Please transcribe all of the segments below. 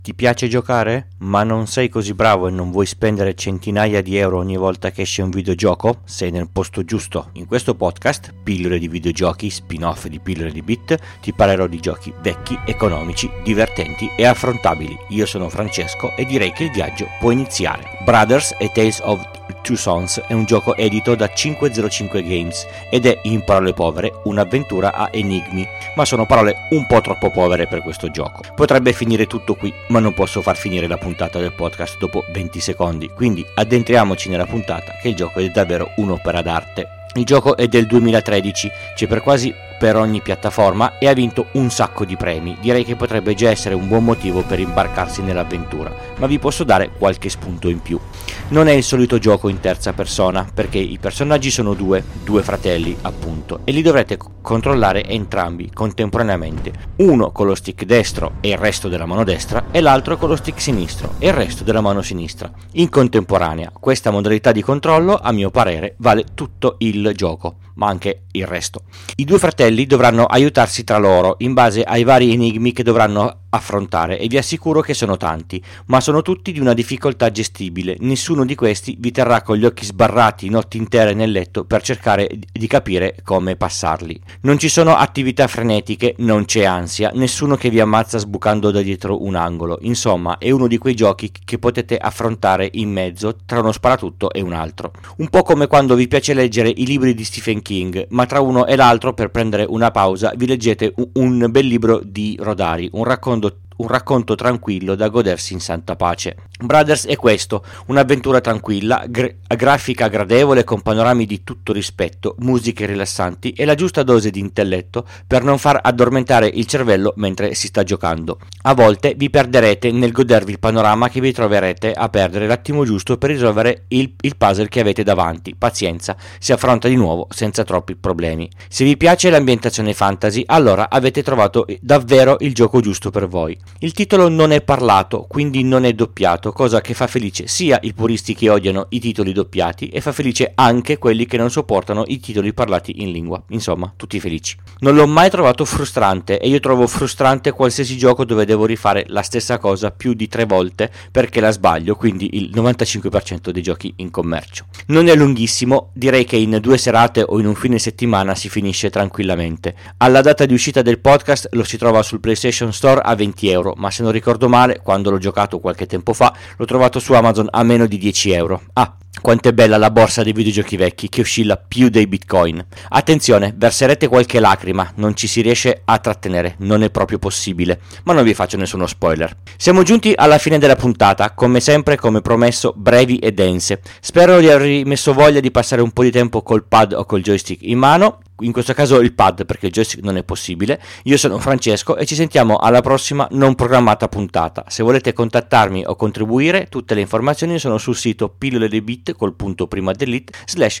Ti piace giocare? Ma non sei così bravo e non vuoi spendere centinaia di euro ogni volta che esce un videogioco? Sei nel posto giusto. In questo podcast, Pillole di videogiochi, spin-off di Pillole di Bit, ti parlerò di giochi vecchi, economici, divertenti e affrontabili. Io sono Francesco e direi che il viaggio può iniziare. Brothers e Tales of Two Sons è un gioco edito da 505 Games ed è, in parole povere, un'avventura a enigmi, ma sono parole un po' troppo povere per questo gioco. Potrebbe finire tutto qui, ma non posso far finire la puntata del podcast dopo 20 secondi, quindi addentriamoci nella puntata, che il gioco è davvero un'opera d'arte. Il gioco è del 2013, c'è per ogni piattaforma e ha vinto un sacco di premi. Direi che potrebbe già essere un buon motivo per imbarcarsi nell'avventura, ma vi posso dare qualche spunto in più. Non è il solito gioco in terza persona, perché i personaggi sono due fratelli appunto, e li dovrete controllare entrambi contemporaneamente, uno con lo stick destro e il resto della mano destra e l'altro con lo stick sinistro e il resto della mano sinistra, in contemporanea. Questa modalità di controllo, a mio parere, vale tutto il gioco, ma anche il resto. I due fratelli dovranno aiutarsi tra loro in base ai vari enigmi che dovranno affrontare, e vi assicuro che sono tanti, ma sono tutti di una difficoltà gestibile. Nessuno di questi vi terrà con gli occhi sbarrati notti intere nel letto per cercare di capire come passarli. Non ci sono attività frenetiche, non c'è ansia, nessuno che vi ammazza sbucando da dietro un angolo. Insomma, è uno di quei giochi che potete affrontare in mezzo tra uno sparatutto e un altro, un po' come quando vi piace leggere i libri di Stephen King, ma tra uno e l'altro, per prendere una pausa, vi leggete un bel libro di Rodari, un racconto tranquillo da godersi in santa pace. Brothers è questo, un'avventura tranquilla, grafica gradevole con panorami di tutto rispetto, musiche rilassanti e la giusta dose di intelletto per non far addormentare il cervello mentre si sta giocando. A volte vi perderete nel godervi il panorama, che vi troverete a perdere l'attimo giusto per risolvere il puzzle che avete davanti. Pazienza, si affronta di nuovo senza troppi problemi. Se vi piace l'ambientazione fantasy, allora avete trovato davvero il gioco giusto per voi. Il titolo non è parlato, quindi non è doppiato, cosa che fa felice sia i puristi che odiano i titoli doppiati e fa felice anche quelli che non sopportano i titoli parlati in lingua. Insomma, tutti felici. Non l'ho mai trovato frustrante, e io trovo frustrante qualsiasi gioco dove devo rifare la stessa cosa più di 3 volte perché la sbaglio, quindi il 95% dei giochi in commercio. Non è lunghissimo, direi che in 2 serate o in un fine settimana si finisce tranquillamente. Alla data di uscita del podcast lo si trova sul PlayStation Store a 20 euro, ma se non ricordo male, quando l'ho giocato qualche tempo fa, l'ho trovato su Amazon a meno di 10 euro. Ah, quanto è bella la borsa dei videogiochi vecchi, che oscilla più dei bitcoin. Attenzione, verserete qualche lacrima, non ci si riesce a trattenere, non è proprio possibile, ma non vi faccio nessuno spoiler. Siamo giunti alla fine della puntata, come sempre, come promesso, brevi e dense. Spero di aver messo voglia di passare un po' di tempo col pad o col joystick in mano, in questo caso il pad perché il joystick non è possibile. Io sono Francesco e ci sentiamo alla prossima non programmata puntata. Se volete contattarmi o contribuire, tutte le informazioni sono sul sito pillole di bit col punto prima dell'it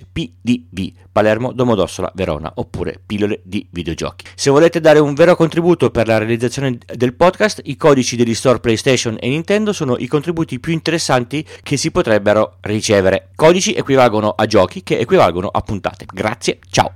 /pdv Palermo Domodossola Verona, oppure pillole di videogiochi. Se volete dare un vero contributo per la realizzazione del podcast, i codici degli store PlayStation e Nintendo sono i contributi più interessanti che si potrebbero ricevere. Codici equivalgono a giochi che equivalgono a puntate. Grazie, ciao!